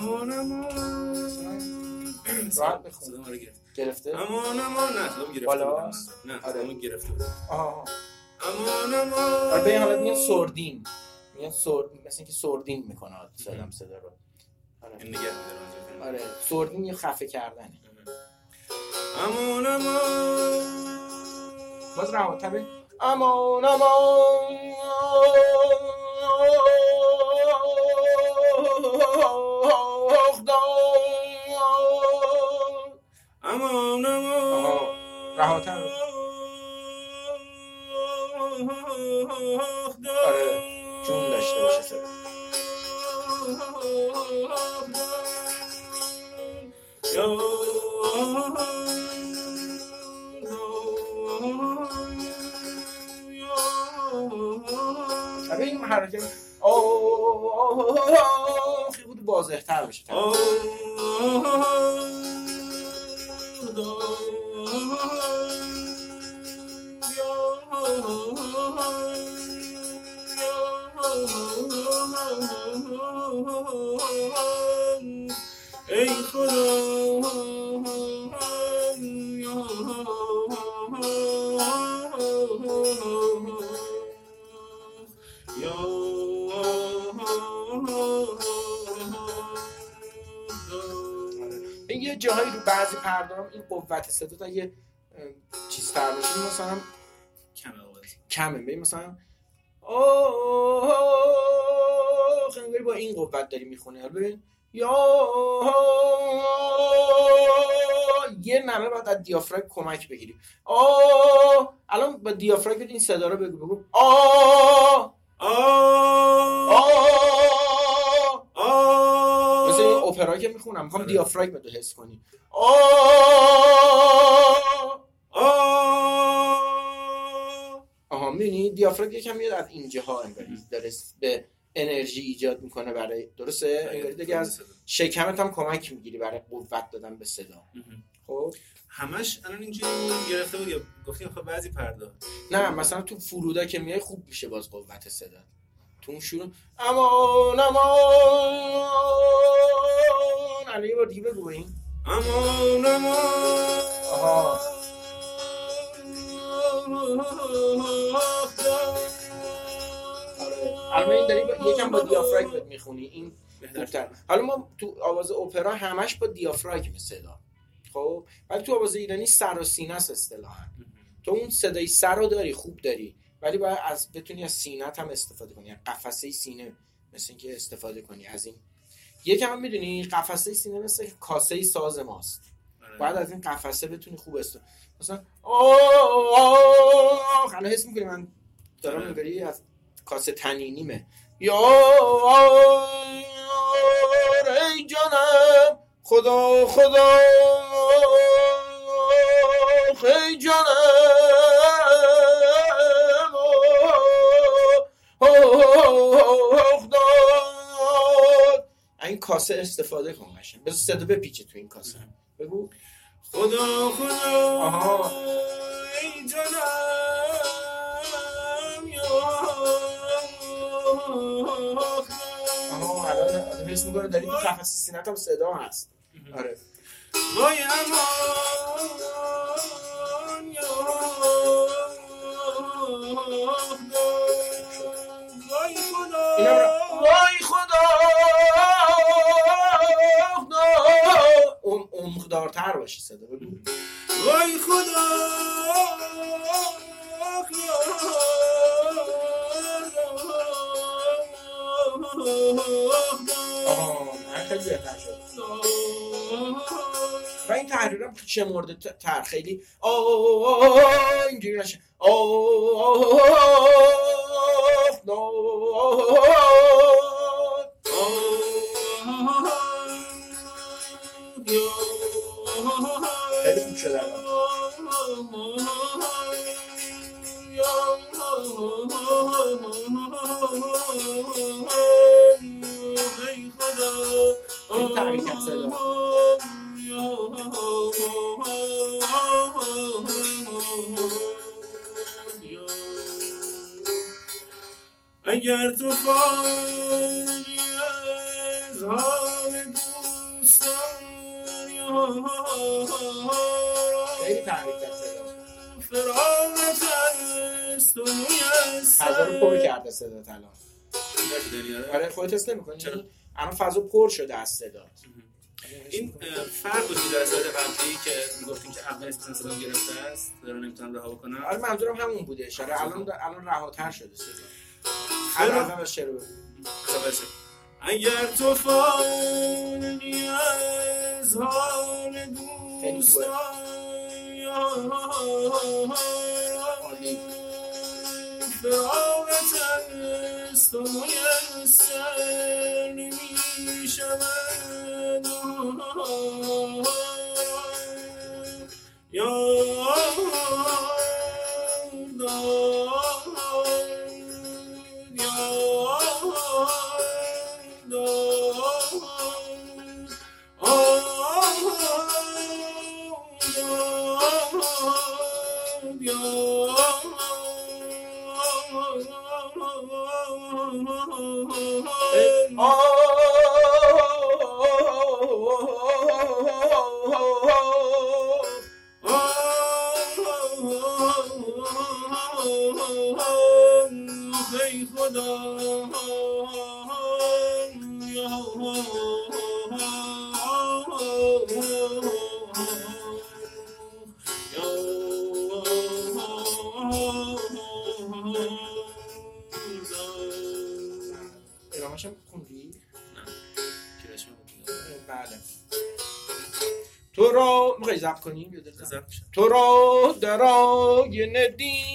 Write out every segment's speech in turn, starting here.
امان راحت بخون. صدا ما رو گرفته؟ امان نه صدا گرفته بالا؟ نه صدا ما گرفته آها امان آره به این حالت میگن سردین، میگن مثل اینکه سردین میکنه صدا رو. آره این نگه می‌داره. آره سردین یه خفه کردنه. امان باز روانتر امان رهاتر. آره جون داشته باشه صدا. این حرکت خیلی بود واضح تر بشه. ای خدا این یه جاهایی رو بعضی پردارم این قوت صدا تا یه چیز تر باشه مثلا کمه. ببین مثلا خیلی با این قوت داری میخونه. ببین یه نمه باید از دیافراگم کمک بگیری. الان با دیافراگم این صدا رو بگو مثل این اپرا که میخونم میخوام دیافراگم رو حس کنی. میبینی دیافراگم یکم میاد از اینجاها انگاری داره به انرژی ایجاد میکنه برای درسته انگاری دیگه از شکمت هم کمک میگیری برای قوت دادن به صدا. خب همش الان اینجوری گرفته بود یا گفتیم خب بعضی پرده نه مثلا تو فرودا که میای خوب میشه باز قوت صدا تو اون شروع امان الان یه بار دیگه بگو این امان آها الان این داری یکم با دیافراگم میخونی این بهتر. حالا ما تو آواز اپرا همش با دیافراگم صدا، خب ولی تو آواز ایرانی سر و سینه است اصطلاحاً. تو اون صدای سر رو داری خوب داری ولی باید بتونی از سینه‌ت هم استفاده کنی، از قفسه سینه مثل اینکه استفاده کنی از این. یکم هم میدونی قفسه سینه مثل کاسه ساز ماست، باید از این قفسه بتونی خوب استفاده مثلا الان حس می‌کنی من دارم اینجوری از کاسه تنینیمه یا ای جانم خدا خدا ای جانم این کاسه استفاده کن قشنگ بذار صدا بپیچه تو این کاسه. بگو خدا خدا آها ای جانم آها الان حس می‌کنه داری تو قفسه سینه‌ت هم صدا هست. آره وای امان وای خدا وای خدا اون عمق‌دارتر باشه صدا. بگو وای خدا خیلی بهتر شد و این تحریرم چه مورد تر خیلی اینجوری نشه خیلی خوب شده این تحریک صدا اگر تو فارغی از حال خیلی تحریک کرد صدا. فراغت است و فضا رو پر کرده صدا الان. میسر. آره خودت حس نمی‌کنی؟ چرا؟ الان فضا پر شده از صدا. این فرق بود در صدا قبلی که میگفتیم که اول اسم صدا گرفته است رو نمیتونم رها بکنم. آره منظورم همون بوده. اشاره الان رهاتر شده صدا. الان از چرا اگر تو فانی از حال دوستان فراغت است و میسر نمی شود تو را میخوایی ضبط کنیم؟ تو را در آینه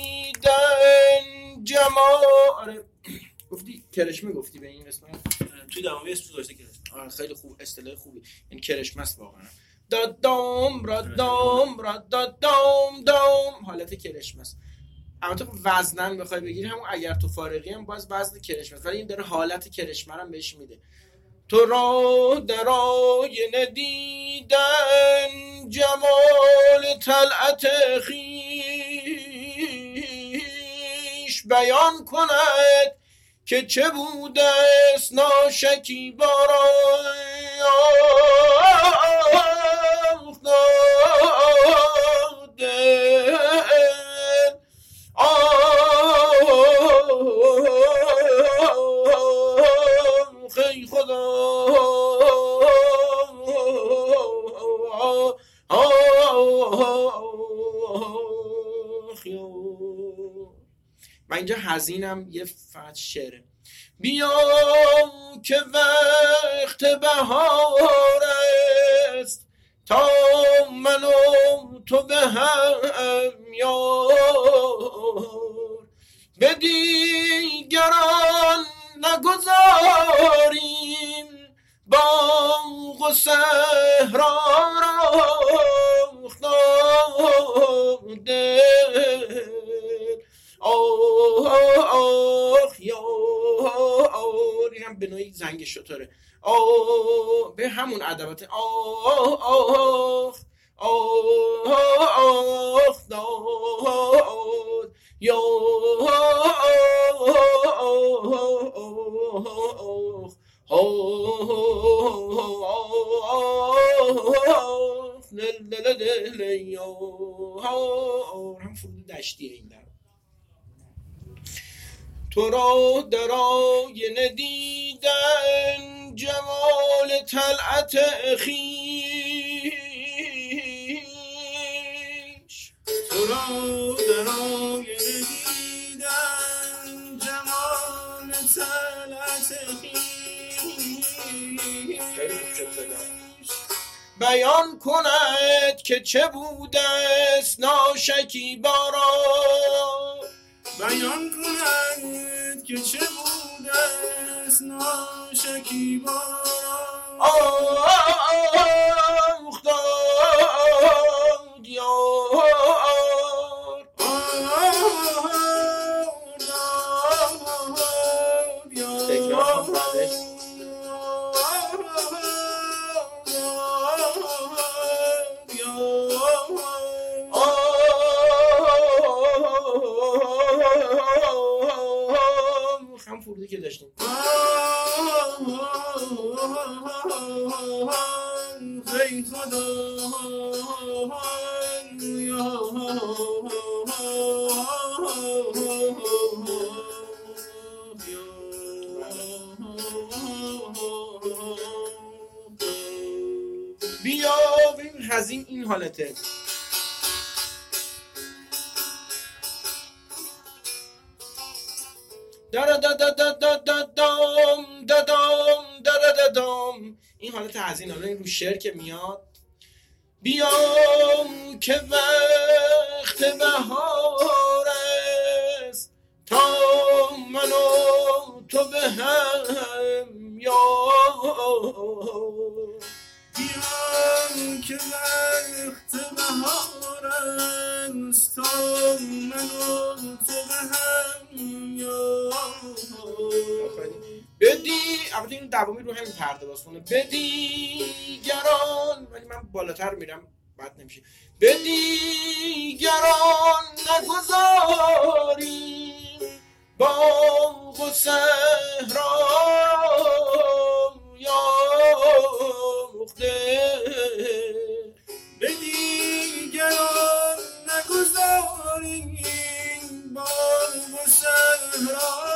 دیدن جمال. آره گفتی کرشمه، گفتی به این اسم توی دماغی اسم گذاشته کرشمه. آره خیلی خوب، اصطلاح خوبی. این کرشمه است واقعا. دادام را دام را دادام دام، حالت کرشمه است. البته وزنن بخوای بگیری همون اگر تو فارغی هم باز وزن کرشمه است، ولی این داره حالت کرشمه رو بهش میده. تو را در آینه دیدن جمال طلعت خویش بیان کند که چه بوده است ناشکیباران خی خدا. من اینجا حزینم، یه فقط شعره. بیا که وقت بهار است تا من و تو به هم یار، به دیگران نگذاریم باغ و صحرا را دل. آخ یا اینم به نوعی زنگ شطوره. به همون ادوات. آخ آخ داد یا هم فرود دشتیه این در. تو را در آینه دیدن جمال طلعت خویش. تو را در آینه دیدن جمال طلعت خویش بیان کند که چه بوده است ناشکیبارا. بیان کند که چه بوده است ناشکیبارا. آخ داد یار، تکرار کن بعدش. هم فرودی که داشتیم. خی خدا از این حالته. این حالت حزین. حالا این رو شعر که میاد بیام که وقت بهار است تا من و تو به هم بیام که وقت بهار است تا من و تو به هم البته این دوامی رو همین پرده باسونه. به دیگران، ولی من بالاتر میرم بد نمیشه. به دیگران نگذاری باغ و صحرا یاخته، به دیگران نگذاری باغ و صحرا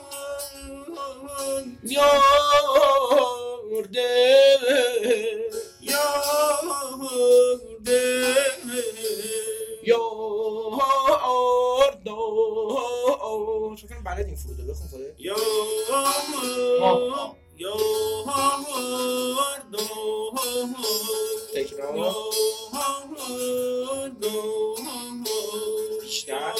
شکرم بلد این فروده بخون خوده تکرار بیشتر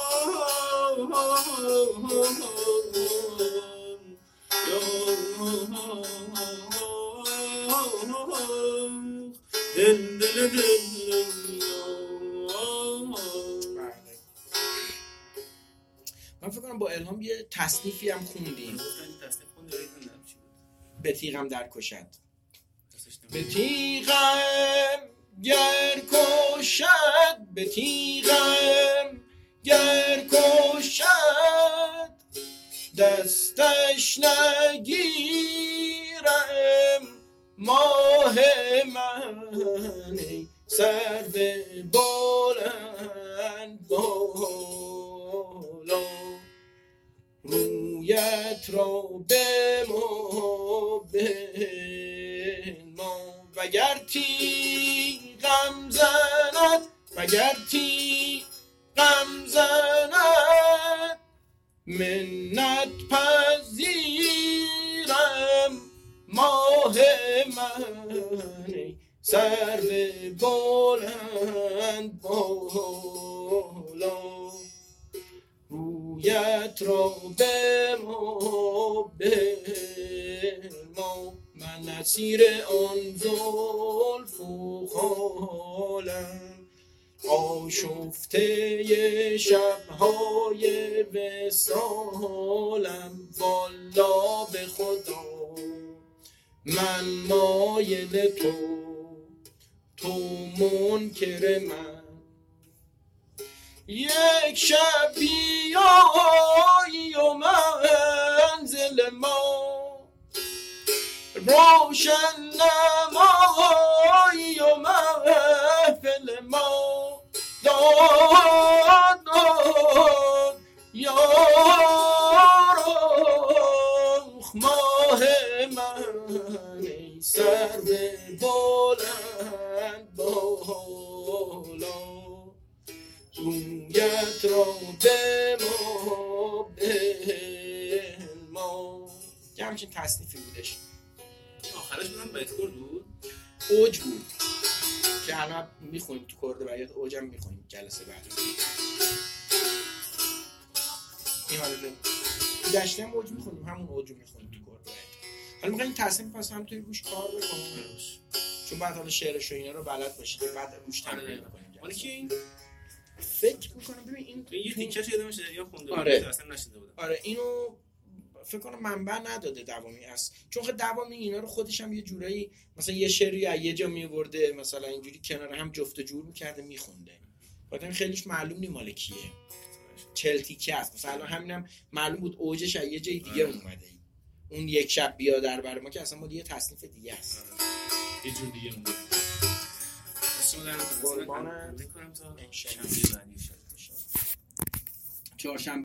من فکر کنم با الهام یه تصنیفی هم خوندیم. به تیغم در کشد. به تیغم گر کشد، به تیغم گر کشد، دستش نگیرم ماه من، سرو بلند بالا، رویت را بما وگر تیغم زند، وگر تیغم زند، منت پذیرم ماه من، سرو بلند بالا، رویت را بما من اسیر آن زلف و خالم، آشفته شب‌های وصالم، والا به خدا من مایل تو منکر من. یک شب بیایی و منزل ما روشن نمایی و محفل ما داد یا رخ ماه من، ای سرو بلند بالا، رویت را بما که همچین تصنیفی بودش. آخرش بودم بیت کرد بود؟ اوج بود که الان میخونیم تو کرد بیات، اوج هم میخونیم جلسه بعد. این حاله دشته هم اوج میخونیم، همون اوج میخونیم تو کرد بیات. حالا میخوایم این تصنیف پس هم توی روش کار بکنیم، چون بعد حالا شعرش و اینا رو بلد باشید، بعد روش تمرین بکنیم. ولی که این فکر میکنم ببین این یه تیکش یادم میشه یا خونده بود اصلا نشده بودم. آره اینو فکر کنم منبع نداده دوامی است، چون خود دوامی اینا رو خودش هم یه جورایی مثلا یه شعری از یه جا میورده مثلا اینجوری کنار هم جفت و جور میکرده میخونده، بعدم خیلیش معلوم نی مال کیه، 40 تیکه است مثلا. همینم معلوم بود اوجش از یه جای دیگه اومده، اون یک شب بیا در بر ما که اصلا مال یه تصنیف دیگه است، یه جور دیگه اومده. قربان بکنم تا شنبه شنبه بعدی چهارشنبه